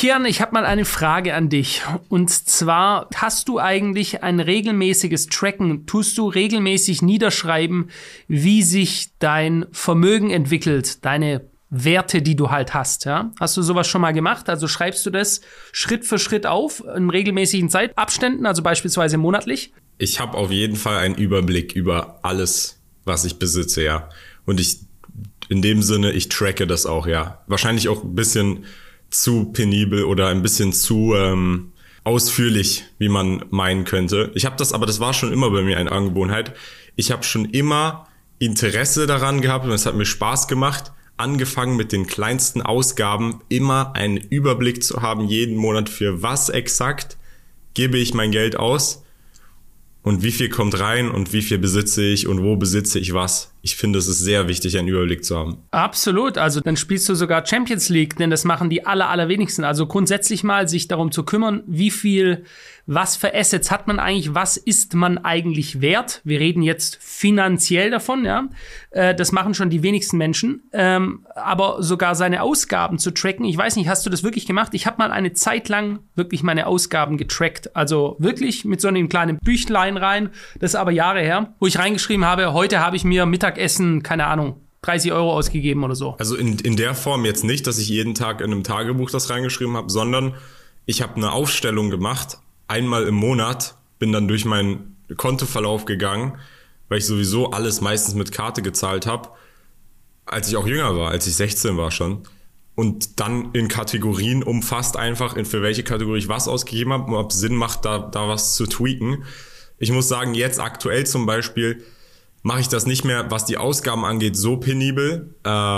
Kian, ich habe mal eine Frage an dich. Und zwar, hast du eigentlich ein regelmäßiges Tracken? Tust du regelmäßig niederschreiben, wie sich dein Vermögen entwickelt, deine Werte, die du halt hast? Ja? Hast du sowas schon mal gemacht? Also schreibst du das Schritt für Schritt auf in regelmäßigen Zeitabständen, also beispielsweise monatlich? Ich habe auf jeden Fall einen Überblick über alles, was ich besitze, ja. Und in dem Sinne, ich tracke das auch, ja. Wahrscheinlich auch ein bisschen zu penibel oder ein bisschen zu ausführlich, wie man meinen könnte. Aber das war schon immer bei mir eine Angewohnheit. Ich habe schon immer Interesse daran gehabt und es hat mir Spaß gemacht, angefangen mit den kleinsten Ausgaben, immer einen Überblick zu haben, jeden Monat für was exakt gebe ich mein Geld aus und wie viel kommt rein und wie viel besitze ich und wo besitze ich was. Ich finde, es ist sehr wichtig, einen Überblick zu haben. Absolut. Also dann spielst du sogar Champions League, denn das machen die allerwenigsten. Also grundsätzlich mal sich darum zu kümmern, was für Assets hat man eigentlich, was ist man eigentlich wert? Wir reden jetzt finanziell davon, ja. Das machen schon die wenigsten Menschen. Aber sogar seine Ausgaben zu tracken, ich weiß nicht, hast du das wirklich gemacht? Ich habe mal eine Zeit lang wirklich meine Ausgaben getrackt. Also wirklich mit so einem kleinen Büchlein rein. Das ist aber Jahre her, wo ich reingeschrieben habe, heute habe ich mir Mittagessen, keine Ahnung, 30 € ausgegeben oder so. Also in der Form jetzt nicht, dass ich jeden Tag in einem Tagebuch das reingeschrieben habe, sondern ich habe eine Aufstellung gemacht, einmal im Monat, bin dann durch meinen Kontoverlauf gegangen, weil ich sowieso alles meistens mit Karte gezahlt habe, als ich auch jünger war, als ich 16 war schon. Und dann in Kategorien umfasst einfach, für welche Kategorie ich was ausgegeben habe und ob es Sinn macht, da was zu tweaken. Ich muss sagen, jetzt aktuell zum Beispiel mache ich das nicht mehr, was die Ausgaben angeht, so penibel.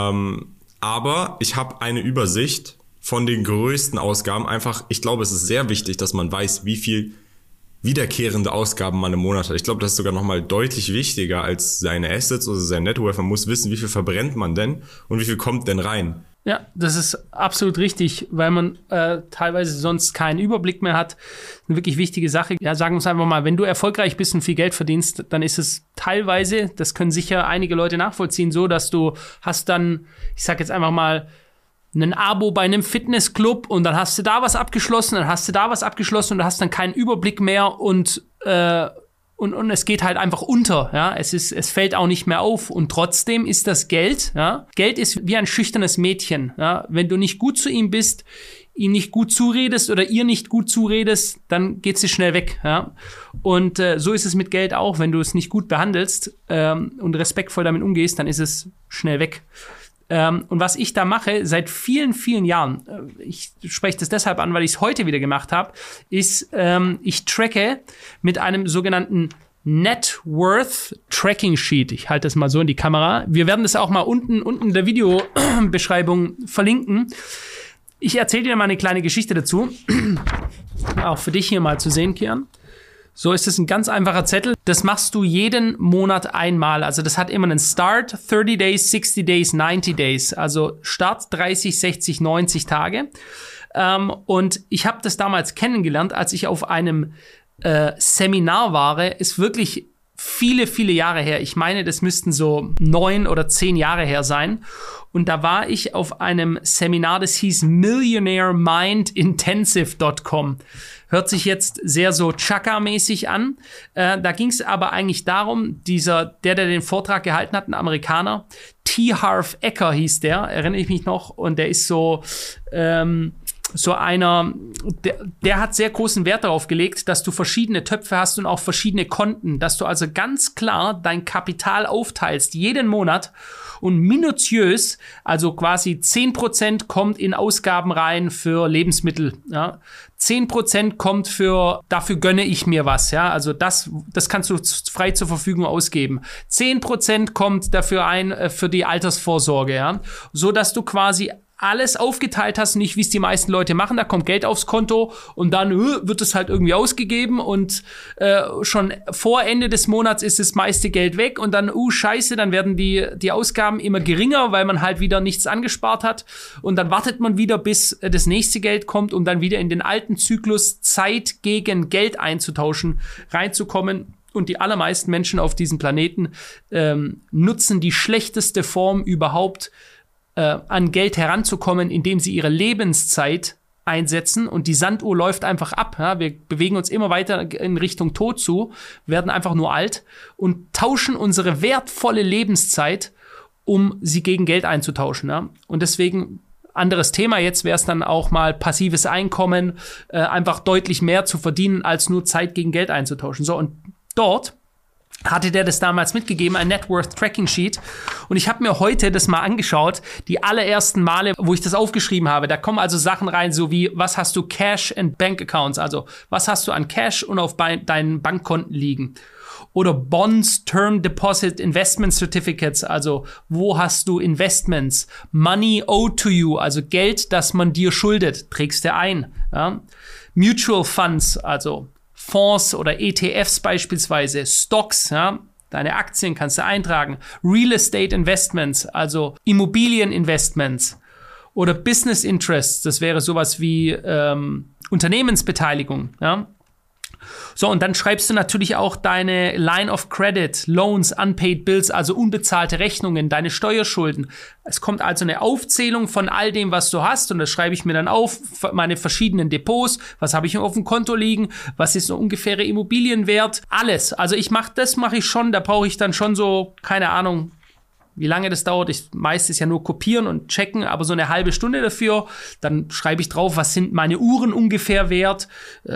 Aber ich habe eine Übersicht von den größten Ausgaben. Einfach, ich glaube, es ist sehr wichtig, dass man weiß, wie viel wiederkehrende Ausgaben man im Monat hat. Ich glaube, das ist sogar nochmal deutlich wichtiger als seine Assets oder sein Net Worth. Man muss wissen, wie viel verbrennt man denn und wie viel kommt denn rein. Ja, das ist absolut richtig, weil man teilweise sonst keinen Überblick mehr hat. Eine wirklich wichtige Sache. Ja, sagen wir es einfach mal, wenn du erfolgreich bist und viel Geld verdienst, dann ist es teilweise, das können sicher einige Leute nachvollziehen, so, dass du hast dann, ich sag jetzt einfach mal, ein Abo bei einem Fitnessclub und dann hast du da was abgeschlossen, dann hast du da was abgeschlossen und du hast dann keinen Überblick mehr und es geht halt einfach unter, ja. Es fällt auch nicht mehr auf und trotzdem ist das Geld, ja. Geld ist wie ein schüchternes Mädchen, ja. Wenn du nicht gut zu ihm bist, ihm nicht gut zuredest oder ihr nicht gut zuredest, dann geht sie schnell weg, ja. Und so ist es mit Geld auch. Wenn du es nicht gut behandelst und respektvoll damit umgehst, dann ist es schnell weg. Und was ich da mache seit vielen, vielen Jahren, ich spreche das deshalb an, weil ich es heute wieder gemacht habe, ist, ich tracke mit einem sogenannten Net Worth Tracking Sheet. Ich halte das mal so in die Kamera. Wir werden das auch mal unten in der Videobeschreibung verlinken. Ich erzähle dir mal eine kleine Geschichte dazu. Auch für dich hier mal zu sehen, Kian. So ist es ein ganz einfacher Zettel. Das machst du jeden Monat einmal. Also das hat immer einen Start, 30 Days, 60 Days, 90 Days. Also Start 30, 60, 90 Tage. Und ich habe das damals kennengelernt, als ich auf einem Seminar war. Ist wirklich viele, viele Jahre her. Ich meine, das müssten so 9 oder 10 Jahre her sein. Und da war ich auf einem Seminar, das hieß MillionaireMindIntensive.com. Hört sich jetzt sehr so Chaka-mäßig an. Da ging es aber eigentlich darum, der den Vortrag gehalten hat, ein Amerikaner, T. Harv Eker hieß der, erinnere ich mich noch. Und der ist so einer, der hat sehr großen Wert darauf gelegt, dass du verschiedene Töpfe hast und auch verschiedene Konten, dass du also ganz klar dein Kapital aufteilst, jeden Monat und minutiös, also quasi 10% kommt in Ausgaben rein für Lebensmittel, ja. 10% kommt dafür gönne ich mir was, ja. Also das kannst du frei zur Verfügung ausgeben. 10% kommt dafür für die Altersvorsorge, ja. So dass du quasi alles aufgeteilt hast, nicht wie es die meisten Leute machen, da kommt Geld aufs Konto und dann wird es halt irgendwie ausgegeben und schon vor Ende des Monats ist das meiste Geld weg und dann, scheiße, dann werden die Ausgaben immer geringer, weil man halt wieder nichts angespart hat und dann wartet man wieder, bis das nächste Geld kommt, um dann wieder in den alten Zyklus Zeit gegen Geld einzutauschen, reinzukommen. Und die allermeisten Menschen auf diesem Planeten nutzen die schlechteste Form überhaupt, an Geld heranzukommen, indem sie ihre Lebenszeit einsetzen und die Sanduhr läuft einfach ab. Ja? Wir bewegen uns immer weiter in Richtung Tod zu, werden einfach nur alt und tauschen unsere wertvolle Lebenszeit, um sie gegen Geld einzutauschen. Ja? Und deswegen, anderes Thema, jetzt wäre es dann auch mal passives Einkommen, einfach deutlich mehr zu verdienen, als nur Zeit gegen Geld einzutauschen. So, und dort hatte der das damals mitgegeben, ein Net Worth Tracking Sheet. Und ich habe mir heute das mal angeschaut, die allerersten Male, wo ich das aufgeschrieben habe. Da kommen also Sachen rein, so wie, was hast du Cash and Bank Accounts? Also, was hast du an Cash und auf deinen Bankkonten liegen? Oder Bonds, Term Deposit, Investment Certificates, also wo hast du Investments? Money owed to you, also Geld, das man dir schuldet, trägst du ein. Ja? Mutual Funds, also Fonds oder ETFs beispielsweise, Stocks, ja? Deine Aktien kannst du eintragen. Real Estate Investments, also Immobilieninvestments. Oder Business Interests, das wäre sowas wie Unternehmensbeteiligung, ja? So, und dann schreibst du natürlich auch deine Line of Credit, Loans, Unpaid Bills, also unbezahlte Rechnungen, deine Steuerschulden. Es kommt also eine Aufzählung von all dem, was du hast, und das schreibe ich mir dann auf, meine verschiedenen Depots, was habe ich auf dem Konto liegen, was ist so ungefähre Immobilienwert, alles. Also das mache ich schon, da brauche ich dann schon so, keine Ahnung, wie lange das dauert. Meistens ja nur kopieren und checken, aber so eine halbe Stunde dafür. Dann schreibe ich drauf, was sind meine Uhren ungefähr wert,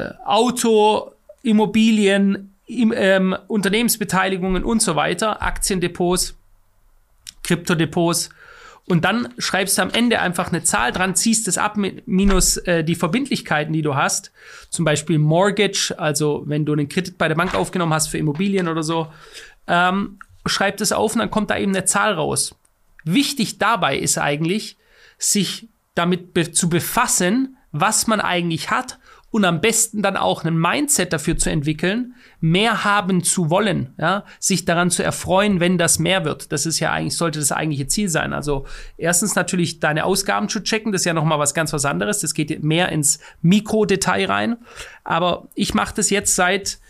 Auto, Immobilien, Unternehmensbeteiligungen und so weiter, Aktiendepots, Kryptodepots. Und dann schreibst du am Ende einfach eine Zahl dran, ziehst es ab minus die Verbindlichkeiten, die du hast. Zum Beispiel Mortgage, also wenn du einen Kredit bei der Bank aufgenommen hast für Immobilien oder so. Schreib das auf und dann kommt da eben eine Zahl raus. Wichtig dabei ist eigentlich, sich damit zu befassen, was man eigentlich hat, und am besten dann auch ein Mindset dafür zu entwickeln, mehr haben zu wollen, ja, sich daran zu erfreuen, wenn das mehr wird. Das ist ja eigentlich, sollte das eigentliche Ziel sein. Also erstens natürlich deine Ausgaben zu checken, das ist ja nochmal was anderes, das geht mehr ins Mikrodetail rein. Aber ich mache das jetzt seit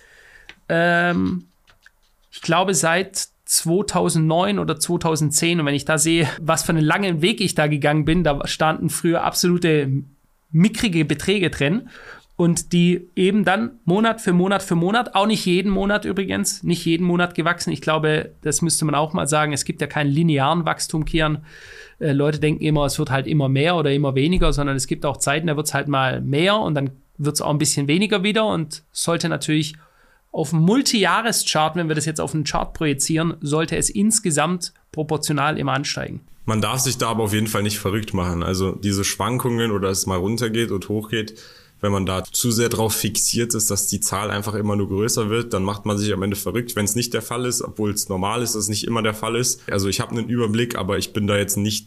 2009 oder 2010, und wenn ich da sehe, was für einen langen Weg ich da gegangen bin, da standen früher absolute mickrige Beträge drin. Und die eben dann Monat für Monat, auch nicht jeden Monat übrigens, nicht jeden Monat gewachsen. Ich glaube, das müsste man auch mal sagen, es gibt ja keinen linearen Wachstum, Kian. Leute denken immer, es wird halt immer mehr oder immer weniger, sondern es gibt auch Zeiten, da wird es halt mal mehr und dann wird es auch ein bisschen weniger wieder und sollte natürlich auf dem Multijahreschart, wenn wir das jetzt auf einen Chart projizieren, sollte es insgesamt proportional immer ansteigen. Man darf sich da aber auf jeden Fall nicht verrückt machen. Also diese Schwankungen oder es mal runtergeht und hochgeht, wenn man da zu sehr drauf fixiert ist, dass die Zahl einfach immer nur größer wird, dann macht man sich am Ende verrückt, wenn es nicht der Fall ist, obwohl es normal ist, dass es nicht immer der Fall ist. Also ich habe einen Überblick, aber ich bin da jetzt nicht,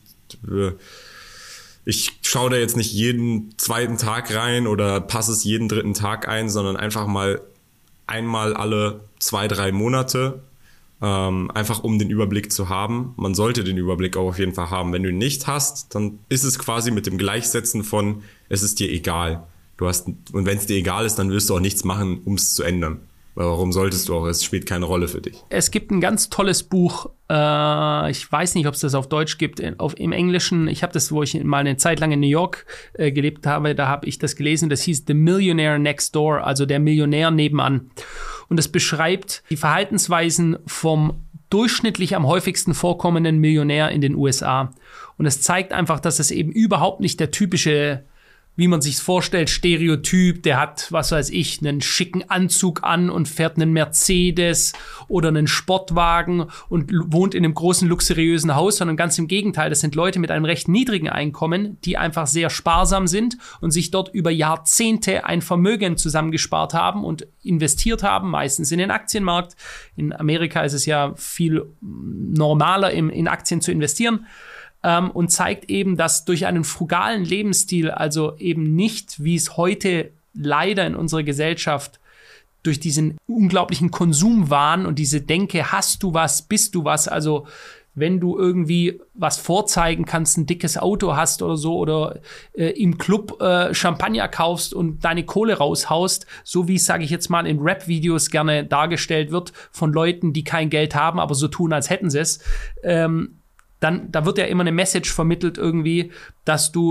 ich schaue da jetzt nicht jeden zweiten Tag rein oder passe es jeden dritten Tag ein, sondern einfach mal einmal alle 2-3 Monate, einfach um den Überblick zu haben. Man sollte den Überblick auch auf jeden Fall haben. Wenn du ihn nicht hast, dann ist es quasi mit dem Gleichsetzen von, es ist dir egal. Und wenn es dir egal ist, dann wirst du auch nichts machen, um es zu ändern. Weil warum solltest du auch? Es spielt keine Rolle für dich. Es gibt ein ganz tolles Buch, ich weiß nicht, ob es das auf Deutsch gibt, im Englischen. Ich habe das, wo ich mal eine Zeit lang in New York gelebt habe, da habe ich das gelesen. Das hieß The Millionaire Next Door, also der Millionär nebenan. Und das beschreibt die Verhaltensweisen vom durchschnittlich am häufigsten vorkommenden Millionär in den USA. Und es zeigt einfach, dass es eben überhaupt nicht der typische, wie man sich's vorstellt, Stereotyp, der hat, was weiß ich, einen schicken Anzug an und fährt einen Mercedes oder einen Sportwagen und wohnt in einem großen, luxuriösen Haus, sondern ganz im Gegenteil, das sind Leute mit einem recht niedrigen Einkommen, die einfach sehr sparsam sind und sich dort über Jahrzehnte ein Vermögen zusammengespart haben und investiert haben, meistens in den Aktienmarkt. In Amerika ist es ja viel normaler, in Aktien zu investieren. Und zeigt eben, dass durch einen frugalen Lebensstil, also eben nicht, wie es heute leider in unserer Gesellschaft durch diesen unglaublichen Konsumwahn und diese Denke, hast du was, bist du was, also wenn du irgendwie was vorzeigen kannst, ein dickes Auto hast oder so oder im Club Champagner kaufst und deine Kohle raushaust, so wie es, sage ich jetzt mal, in Rap-Videos gerne dargestellt wird von Leuten, die kein Geld haben, aber so tun, als hätten sie es, dann, da wird ja immer eine Message vermittelt irgendwie, dass du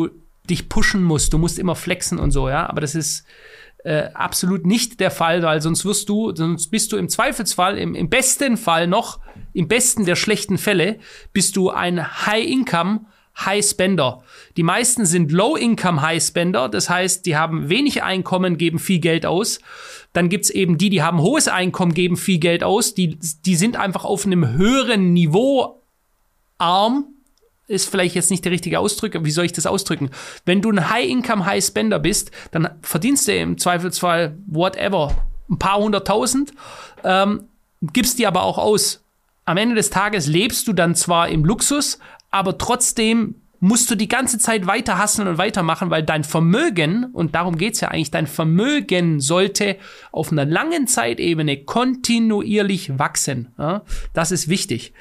dich pushen musst, du musst immer flexen und so, ja, aber das ist absolut nicht der Fall, weil sonst bist du im Zweifelsfall, im besten Fall noch, im besten der schlechten Fälle, bist du ein High-Income, High-Spender. Die meisten sind Low-Income, High-Spender, das heißt, die haben wenig Einkommen, geben viel Geld aus. Dann gibt's eben die haben hohes Einkommen, geben viel Geld aus, die sind einfach auf einem höheren Niveau arm, ist vielleicht jetzt nicht der richtige Ausdruck, aber wie soll ich das ausdrücken? Wenn du ein High-Income, High-Spender bist, dann verdienst du im Zweifelsfall whatever, ein paar 100.000, gibst die aber auch aus. Am Ende des Tages lebst du dann zwar im Luxus, aber trotzdem musst du die ganze Zeit weiter hustlen und weitermachen, weil dein Vermögen, und darum geht's ja eigentlich, dein Vermögen sollte auf einer langen Zeitebene kontinuierlich wachsen. Ja? Das ist wichtig.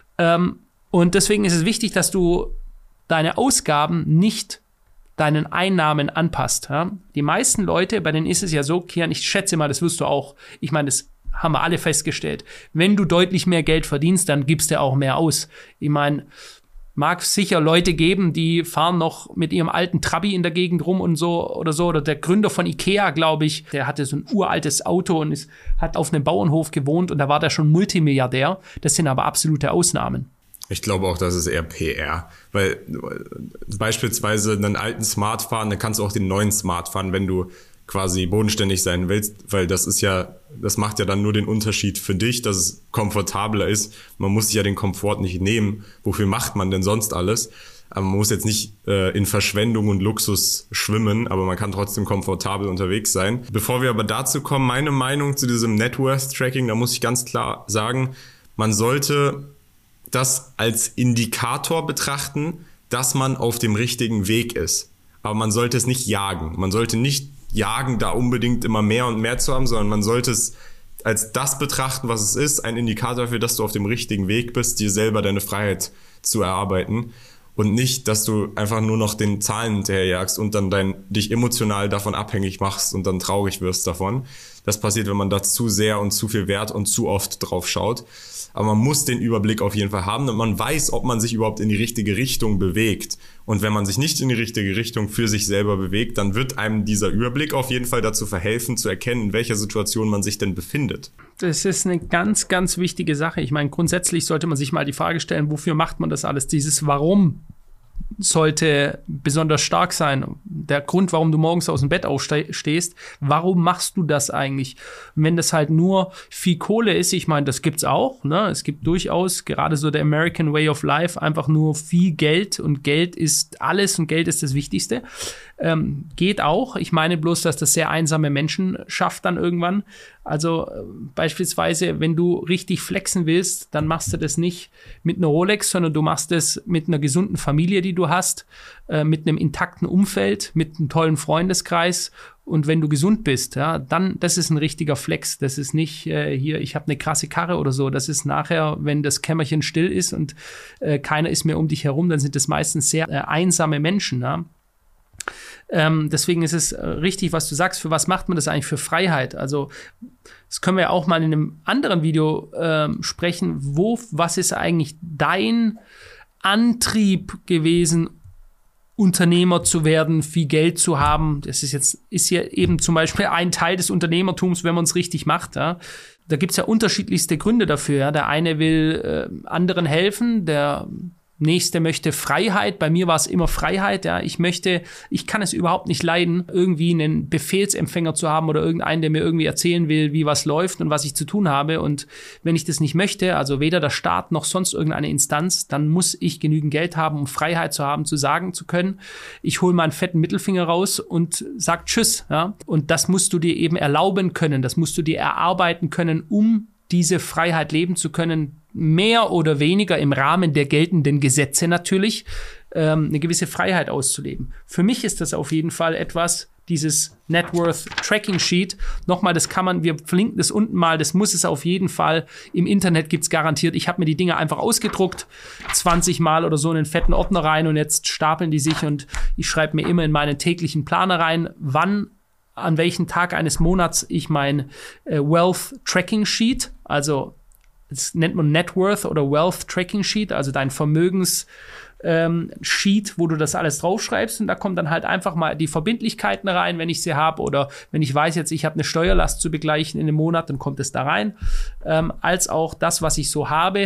Und deswegen ist es wichtig, dass du deine Ausgaben nicht deinen Einnahmen anpasst. Ja? Die meisten Leute, bei denen ist es ja so, Kian, ich schätze mal, das wirst du auch, ich meine, das haben wir alle festgestellt. Wenn du deutlich mehr Geld verdienst, dann gibst du auch mehr aus. Ich meine, mag sicher Leute geben, die fahren noch mit ihrem alten Trabi in der Gegend rum und so. Oder der Gründer von Ikea, glaube ich, der hatte so ein uraltes Auto und hat auf einem Bauernhof gewohnt und da war der schon Multimilliardär. Das sind aber absolute Ausnahmen. Ich glaube auch, das ist eher PR, weil beispielsweise einen alten Smart fahren, dann kannst du auch den neuen Smart fahren, wenn du quasi bodenständig sein willst, weil das macht ja dann nur den Unterschied für dich, dass es komfortabler ist. Man muss sich ja den Komfort nicht nehmen. Wofür macht man denn sonst alles? Aber man muss jetzt nicht in Verschwendung und Luxus schwimmen, aber man kann trotzdem komfortabel unterwegs sein. Bevor wir aber dazu kommen, meine Meinung zu diesem Net Worth Tracking, da muss ich ganz klar sagen, man sollte das als Indikator betrachten, dass man auf dem richtigen Weg ist. Aber man sollte es nicht jagen. Man sollte nicht jagen, da unbedingt immer mehr und mehr zu haben, sondern man sollte es als das betrachten, was es ist, ein Indikator dafür, dass du auf dem richtigen Weg bist, dir selber deine Freiheit zu erarbeiten und nicht, dass du einfach nur noch den Zahlen hinterherjagst und dann dich emotional davon abhängig machst und dann traurig wirst davon. Das passiert, wenn man da zu sehr und zu viel Wert und zu oft drauf schaut. Aber man muss den Überblick auf jeden Fall haben und man weiß, ob man sich überhaupt in die richtige Richtung bewegt. Und wenn man sich nicht in die richtige Richtung für sich selber bewegt, dann wird einem dieser Überblick auf jeden Fall dazu verhelfen, zu erkennen, in welcher Situation man sich denn befindet. Das ist eine ganz, ganz wichtige Sache. Ich meine, grundsätzlich sollte man sich mal die Frage stellen, wofür macht man das alles? Dieses Warum sollte besonders stark sein. Der Grund, warum du morgens aus dem Bett aufstehst, warum machst du das eigentlich? Und wenn das halt nur viel Kohle ist, ich meine, das gibt's auch, ne? Es gibt durchaus, gerade so der American Way of Life, einfach nur viel Geld und Geld ist alles und Geld ist das Wichtigste. Geht auch. Ich meine bloß, dass das sehr einsame Menschen schafft dann irgendwann. Also beispielsweise, wenn du richtig flexen willst, dann machst du das nicht mit einer Rolex, sondern du machst es mit einer gesunden Familie, die du hast, mit einem intakten Umfeld, mit einem tollen Freundeskreis. Und wenn du gesund bist, ja, dann, das ist ein richtiger Flex. Das ist nicht hier, ich habe eine krasse Karre oder so. Das ist nachher, wenn das Kämmerchen still ist und keiner ist mehr um dich herum, dann sind das meistens sehr einsame Menschen, ja. Deswegen ist es richtig, was du sagst. Für was macht man das eigentlich? Für Freiheit. Also das können wir auch mal in einem anderen Video sprechen. Was ist eigentlich dein Antrieb gewesen, Unternehmer zu werden, viel Geld zu haben? Das ist ja eben zum Beispiel ein Teil des Unternehmertums, wenn man es richtig macht. Ja? Da gibt es ja unterschiedlichste Gründe dafür. Ja? Der eine will anderen helfen, der Nächste möchte Freiheit. Bei mir war es immer Freiheit. Ja, ich kann es überhaupt nicht leiden, irgendwie einen Befehlsempfänger zu haben oder irgendeinen, der mir irgendwie erzählen will, wie was läuft und was ich zu tun habe. Und wenn ich das nicht möchte, also weder der Staat noch sonst irgendeine Instanz, dann muss ich genügend Geld haben, um Freiheit zu haben, zu sagen zu können, ich hole meinen fetten Mittelfinger raus und sag Tschüss. Ja? Und das musst du dir eben erlauben können. Das musst du dir erarbeiten können, um diese Freiheit leben zu können, mehr oder weniger im Rahmen der geltenden Gesetze natürlich, eine gewisse Freiheit auszuleben. Für mich ist das auf jeden Fall etwas, dieses Net Worth Tracking Sheet. Nochmal, wir verlinken das unten mal, das muss es auf jeden Fall. Im Internet gibt's garantiert. Ich habe mir die Dinge einfach ausgedruckt, 20 Mal oder so in einen fetten Ordner rein und jetzt stapeln die sich und ich schreibe mir immer in meinen täglichen Planer rein, an welchem Tag eines Monats ich mein Wealth Tracking Sheet, also das nennt man Net Worth oder Wealth Tracking Sheet, also dein Vermögens Sheet, wo du das alles draufschreibst, und da kommen dann halt einfach mal die Verbindlichkeiten rein, wenn ich sie habe, oder wenn ich weiß jetzt, ich habe eine Steuerlast zu begleichen in einem Monat, dann kommt es da rein, als auch das, was ich so habe,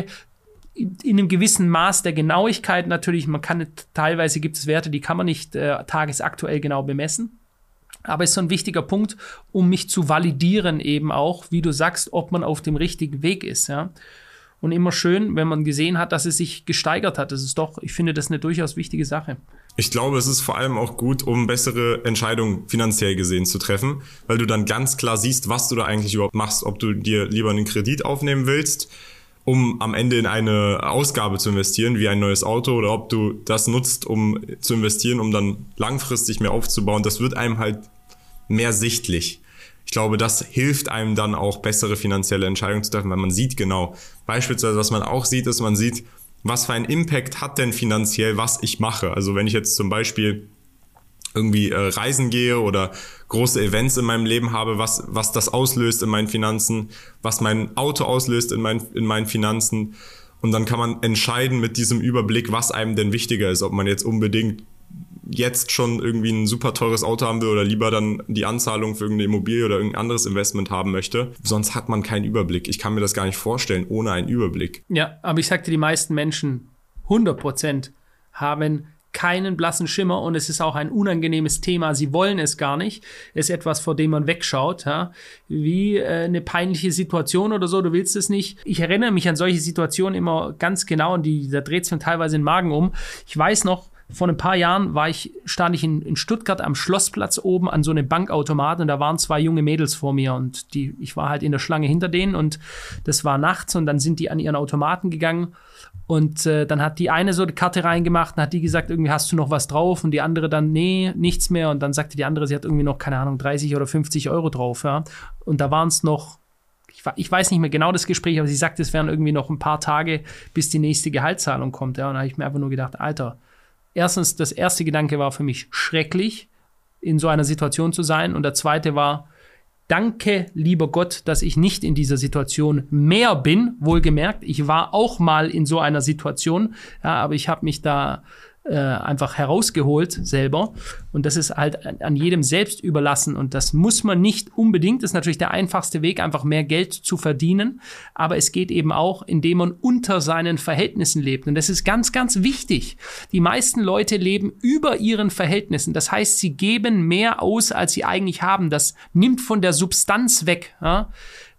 in einem gewissen Maß der Genauigkeit natürlich. Teilweise gibt es Werte, die kann man nicht tagesaktuell genau bemessen, aber es ist so ein wichtiger Punkt, um mich zu validieren eben auch, wie du sagst, ob man auf dem richtigen Weg ist, ja. Und immer schön, wenn man gesehen hat, dass es sich gesteigert hat. Ich finde das eine durchaus wichtige Sache. Ich glaube, es ist vor allem auch gut, um bessere Entscheidungen finanziell gesehen zu treffen, weil du dann ganz klar siehst, was du da eigentlich überhaupt machst, ob du dir lieber einen Kredit aufnehmen willst, um am Ende in eine Ausgabe zu investieren, wie ein neues Auto, oder ob du das nutzt, um zu investieren, um dann langfristig mehr aufzubauen. Das wird einem halt mehr sichtlich. Ich glaube, das hilft einem dann auch, bessere finanzielle Entscheidungen zu treffen, weil man sieht genau. Beispielsweise, was man auch sieht, ist, man sieht, was für einen Impact hat denn finanziell, was ich mache. Also wenn ich jetzt zum Beispiel irgendwie reisen gehe oder große Events in meinem Leben habe, was das auslöst in meinen Finanzen, was mein Auto auslöst in meinen Finanzen. Und dann kann man entscheiden mit diesem Überblick, was einem denn wichtiger ist, ob man jetzt unbedingt jetzt schon irgendwie ein super teures Auto haben will oder lieber dann die Anzahlung für irgendeine Immobilie oder irgendein anderes Investment haben möchte. Sonst hat man keinen Überblick. Ich kann mir das gar nicht vorstellen ohne einen Überblick. Ja, aber ich sagte, die meisten Menschen, 100%, haben keinen blassen Schimmer, und es ist auch ein unangenehmes Thema. Sie wollen es gar nicht. Es ist etwas, vor dem man wegschaut, ja? Wie eine peinliche Situation oder so. Du willst es nicht. Ich erinnere mich an solche Situationen immer ganz genau, und da dreht es mir teilweise den Magen um. Ich weiß noch, vor ein paar Jahren stand ich in Stuttgart am Schlossplatz oben an so einem Bankautomat, und da waren 2 junge Mädels vor mir, und ich war halt in der Schlange hinter denen, und das war nachts, und dann sind die an ihren Automaten gegangen, und dann hat die eine so eine Karte reingemacht und hat die gesagt, irgendwie hast du noch was drauf, und die andere dann, nee, nichts mehr, und dann sagte die andere, sie hat irgendwie noch, keine Ahnung, 30 oder 50 Euro drauf, ja, und da waren es noch, ich weiß nicht mehr genau das Gespräch, aber sie sagte, es wären irgendwie noch ein paar Tage, bis die nächste Gehaltszahlung kommt, ja, und da habe ich mir einfach nur gedacht, Alter, erstens, das erste Gedanke war für mich schrecklich, in so einer Situation zu sein. Und der zweite war, danke, lieber Gott, dass ich nicht in dieser Situation mehr bin. Wohlgemerkt, ich war auch mal in so einer Situation, ja, aber ich habe mich da einfach herausgeholt selber. Und das ist halt an jedem selbst überlassen. Und das muss man nicht unbedingt. Das ist natürlich der einfachste Weg, einfach mehr Geld zu verdienen. Aber es geht eben auch, indem man unter seinen Verhältnissen lebt. Und das ist ganz, ganz wichtig. Die meisten Leute leben über ihren Verhältnissen. Das heißt, sie geben mehr aus, als sie eigentlich haben. Das nimmt von der Substanz weg, ja?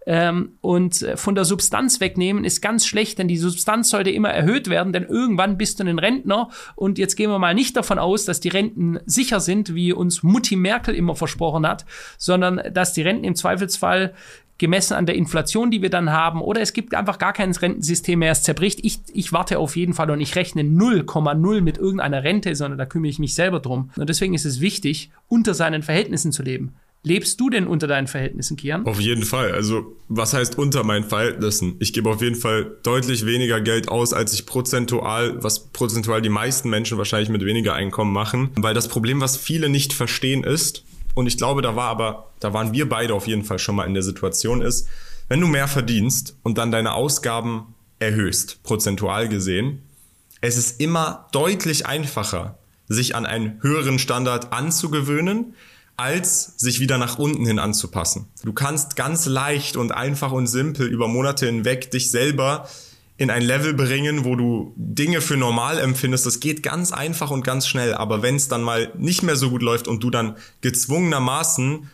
Und von der Substanz wegnehmen ist ganz schlecht, denn die Substanz sollte immer erhöht werden, denn irgendwann bist du ein Rentner, und jetzt gehen wir mal nicht davon aus, dass die Renten sicher sind, wie uns Mutti Merkel immer versprochen hat, sondern dass die Renten im Zweifelsfall gemessen an der Inflation, die wir dann haben, oder es gibt einfach gar kein Rentensystem mehr, es zerbricht. Ich warte auf jeden Fall, und ich rechne 0,0 mit irgendeiner Rente, sondern da kümmere ich mich selber drum. Und deswegen ist es wichtig, unter seinen Verhältnissen zu leben. Lebst du denn unter deinen Verhältnissen, Kian? Auf jeden Fall. Also, was heißt unter meinen Verhältnissen? Ich gebe auf jeden Fall deutlich weniger Geld aus, als ich prozentual die meisten Menschen wahrscheinlich mit weniger Einkommen machen. Weil das Problem, was viele nicht verstehen, ist, und ich glaube, da waren wir beide auf jeden Fall schon mal in der Situation, ist, wenn du mehr verdienst und dann deine Ausgaben erhöhst, prozentual gesehen, es ist immer deutlich einfacher, sich an einen höheren Standard anzugewöhnen, als sich wieder nach unten hin anzupassen. Du kannst ganz leicht und einfach und simpel über Monate hinweg dich selber in ein Level bringen, wo du Dinge für normal empfindest. Das geht ganz einfach und ganz schnell. Aber wenn es dann mal nicht mehr so gut läuft und du dann gezwungenermaßen,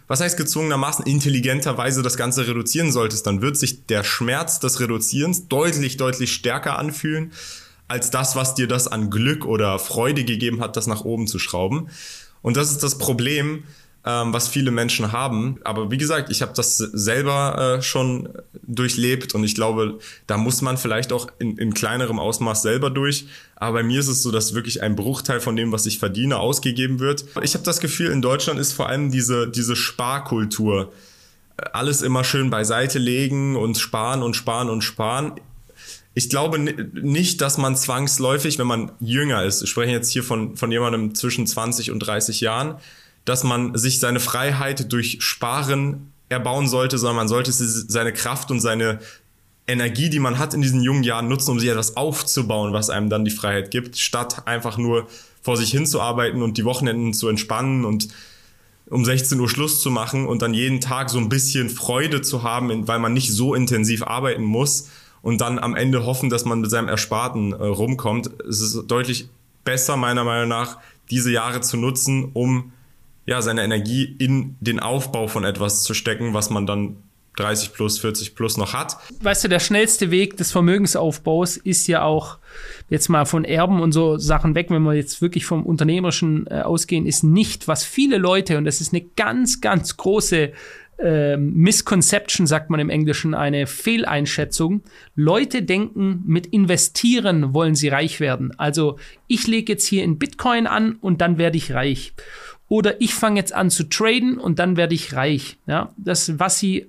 intelligenterweise das Ganze reduzieren solltest, dann wird sich der Schmerz des Reduzierens deutlich, deutlich stärker anfühlen, als das, was dir das an Glück oder Freude gegeben hat, das nach oben zu schrauben. Und das ist das Problem, was viele Menschen haben. Aber wie gesagt, ich habe das selber schon durchlebt, und ich glaube, da muss man vielleicht auch in kleinerem Ausmaß selber durch. Aber bei mir ist es so, dass wirklich ein Bruchteil von dem, was ich verdiene, ausgegeben wird. Ich habe das Gefühl, in Deutschland ist vor allem diese Sparkultur. Alles immer schön beiseite legen und sparen und sparen und sparen. Ich glaube nicht, dass man zwangsläufig, wenn man jünger ist, ich spreche jetzt hier von jemandem zwischen 20 und 30 Jahren, dass man sich seine Freiheit durch Sparen erbauen sollte, sondern man sollte seine Kraft und seine Energie, die man hat in diesen jungen Jahren, nutzen, um sich etwas aufzubauen, was einem dann die Freiheit gibt, statt einfach nur vor sich hinzuarbeiten und die Wochenenden zu entspannen und um 16 Uhr Schluss zu machen und dann jeden Tag so ein bisschen Freude zu haben, weil man nicht so intensiv arbeiten muss und dann am Ende hoffen, dass man mit seinem Ersparten rumkommt. Es ist deutlich besser, meiner Meinung nach, diese Jahre zu nutzen, um seine Energie in den Aufbau von etwas zu stecken, was man dann 30 plus, 40 plus noch hat. Weißt du, der schnellste Weg des Vermögensaufbaus ist ja auch, jetzt mal von Erben und so Sachen weg, wenn wir jetzt wirklich vom Unternehmerischen ausgehen, ist nicht, was viele Leute, und das ist eine ganz, ganz große Misconception, sagt man im Englischen, eine Fehleinschätzung. Leute denken, mit Investieren wollen sie reich werden. Also ich lege jetzt hier in Bitcoin an und dann werde ich reich. Oder ich fange jetzt an zu traden und dann werde ich reich. Ja, das, was sie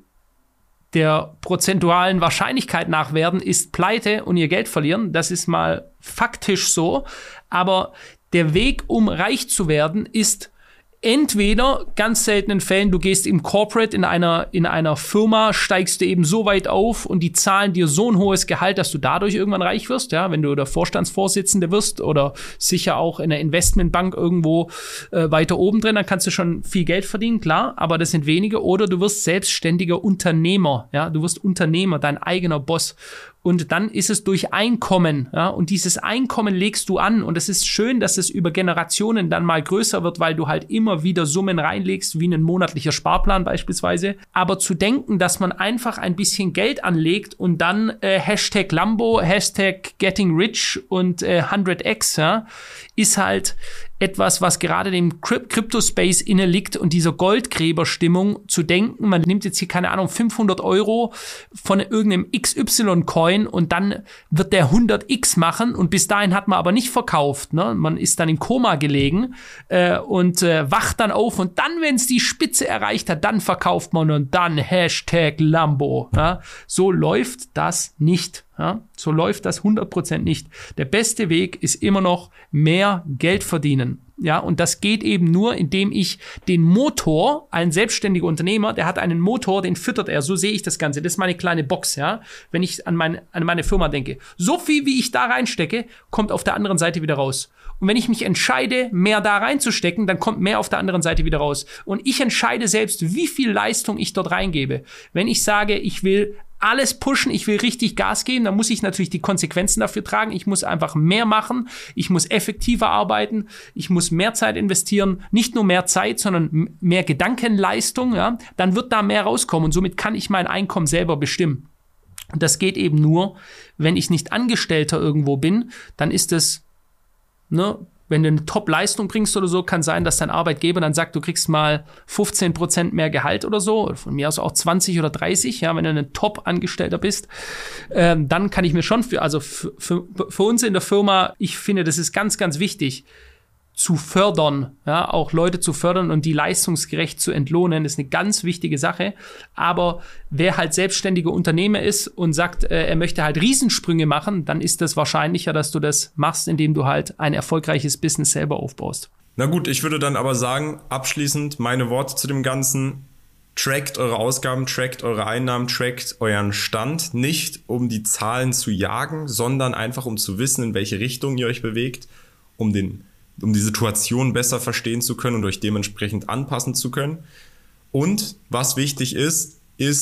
der prozentualen Wahrscheinlichkeit nach werden, ist Pleite und ihr Geld verlieren. Das ist mal faktisch so. Aber der Weg, um reich zu werden, ist entweder, ganz seltenen Fällen, du gehst im Corporate in einer Firma, steigst du eben so weit auf und die zahlen dir so ein hohes Gehalt, dass du dadurch irgendwann reich wirst, ja, wenn du der Vorstandsvorsitzende wirst oder sicher auch in der Investmentbank irgendwo weiter oben drin, dann kannst du schon viel Geld verdienen, klar, aber das sind wenige. Oder du wirst selbstständiger Unternehmer, ja, du wirst Unternehmer, dein eigener Boss. Und dann ist es durch Einkommen, ja, und dieses Einkommen legst du an. Und es ist schön, dass es über Generationen dann mal größer wird, weil du halt immer wieder Summen reinlegst, wie ein monatlicher Sparplan beispielsweise. Aber zu denken, dass man einfach ein bisschen Geld anlegt und dann Hashtag Lambo, Hashtag Getting Rich und 100x, ja, ist halt etwas, was gerade dem Crypto-Space inne liegt und dieser Goldgräberstimmung zu denken, man nimmt jetzt hier, keine Ahnung, 500 € von irgendeinem XY-Coin und dann wird der 100x machen und bis dahin hat man aber nicht verkauft, ne? Man ist dann im Koma gelegen und wacht dann auf und dann, wenn es die Spitze erreicht hat, dann verkauft man und dann Hashtag Lambo. Ja? So läuft das nicht. Ja, so läuft das 100% nicht. Der beste Weg ist immer noch mehr Geld verdienen. Ja, und das geht eben nur, indem ich den Motor, ein selbstständiger Unternehmer, der hat einen Motor, den füttert er. So sehe ich das Ganze. Das ist meine kleine Box, ja. Wenn ich an meine Firma denke. So viel, wie ich da reinstecke, kommt auf der anderen Seite wieder raus. Und wenn ich mich entscheide, mehr da reinzustecken, dann kommt mehr auf der anderen Seite wieder raus. Und ich entscheide selbst, wie viel Leistung ich dort reingebe. Wenn ich sage, ich will alles pushen, ich will richtig Gas geben, dann muss ich natürlich die Konsequenzen dafür tragen. Ich muss einfach mehr machen, ich muss effektiver arbeiten, ich muss mehr Zeit investieren, nicht nur mehr Zeit, sondern mehr Gedankenleistung, ja, dann wird da mehr rauskommen und somit kann ich mein Einkommen selber bestimmen. Und das geht eben nur, wenn ich nicht Angestellter irgendwo bin, dann ist es, ne, wenn du eine Top-Leistung bringst oder so, kann sein, dass dein Arbeitgeber dann sagt, du kriegst mal 15% mehr Gehalt oder so, oder von mir aus auch 20 oder 30, ja, wenn du ein Top-Angestellter bist, dann kann ich mir schon für uns in der Firma, ich finde, das ist ganz, ganz wichtig, zu fördern, ja, auch Leute zu fördern und die leistungsgerecht zu entlohnen, ist eine ganz wichtige Sache. Aber wer halt selbstständiger Unternehmer ist und sagt, er möchte halt Riesensprünge machen, dann ist das wahrscheinlicher, dass du das machst, indem du halt ein erfolgreiches Business selber aufbaust. Na gut, ich würde dann aber sagen, abschließend meine Worte zu dem Ganzen: Trackt eure Ausgaben, trackt eure Einnahmen, trackt euren Stand, nicht um die Zahlen zu jagen, sondern einfach um zu wissen, in welche Richtung ihr euch bewegt, um die Situation besser verstehen zu können und euch dementsprechend anpassen zu können. Und was wichtig ist,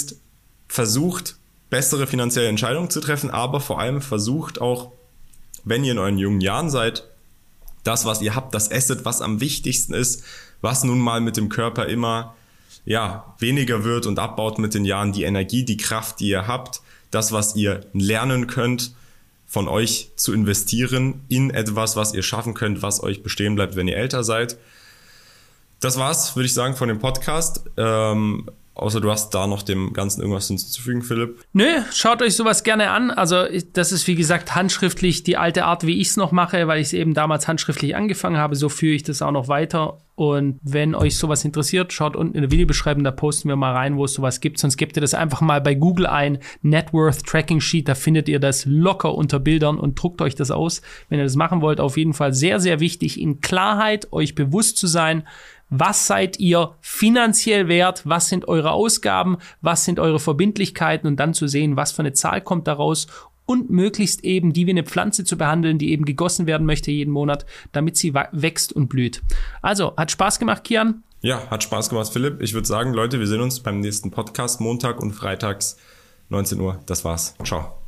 versucht, bessere finanzielle Entscheidungen zu treffen, aber vor allem versucht auch, wenn ihr in euren jungen Jahren seid, das, was ihr habt, das Asset, was am wichtigsten ist, was nun mal mit dem Körper immer weniger wird und abbaut mit den Jahren, die Energie, die Kraft, die ihr habt, das, was ihr lernen könnt, von euch zu investieren in etwas, was ihr schaffen könnt, was euch bestehen bleibt, wenn ihr älter seid. Das war's, würde ich sagen, von dem Podcast. Außer du hast da noch dem Ganzen irgendwas hinzuzufügen, Philipp? Nö, schaut euch sowas gerne an. Also das ist, wie gesagt, handschriftlich die alte Art, wie ich es noch mache, weil ich es eben damals handschriftlich angefangen habe. So führe ich das auch noch weiter. Und wenn euch sowas interessiert, schaut unten in der Videobeschreibung, da posten wir mal rein, wo es sowas gibt. Sonst gebt ihr das einfach mal bei Google ein, Net Worth Tracking Sheet, da findet ihr das locker unter Bildern und druckt euch das aus. Wenn ihr das machen wollt, auf jeden Fall sehr, sehr wichtig, in Klarheit euch bewusst zu sein, was seid ihr finanziell wert, was sind eure Ausgaben, was sind eure Verbindlichkeiten und dann zu sehen, was für eine Zahl kommt daraus und möglichst eben die wie eine Pflanze zu behandeln, die eben gegossen werden möchte jeden Monat, damit sie wächst und blüht. Also, hat Spaß gemacht, Kian? Ja, hat Spaß gemacht, Philipp. Ich würde sagen, Leute, wir sehen uns beim nächsten Podcast, Montag und freitags 19 Uhr. Das war's. Ciao.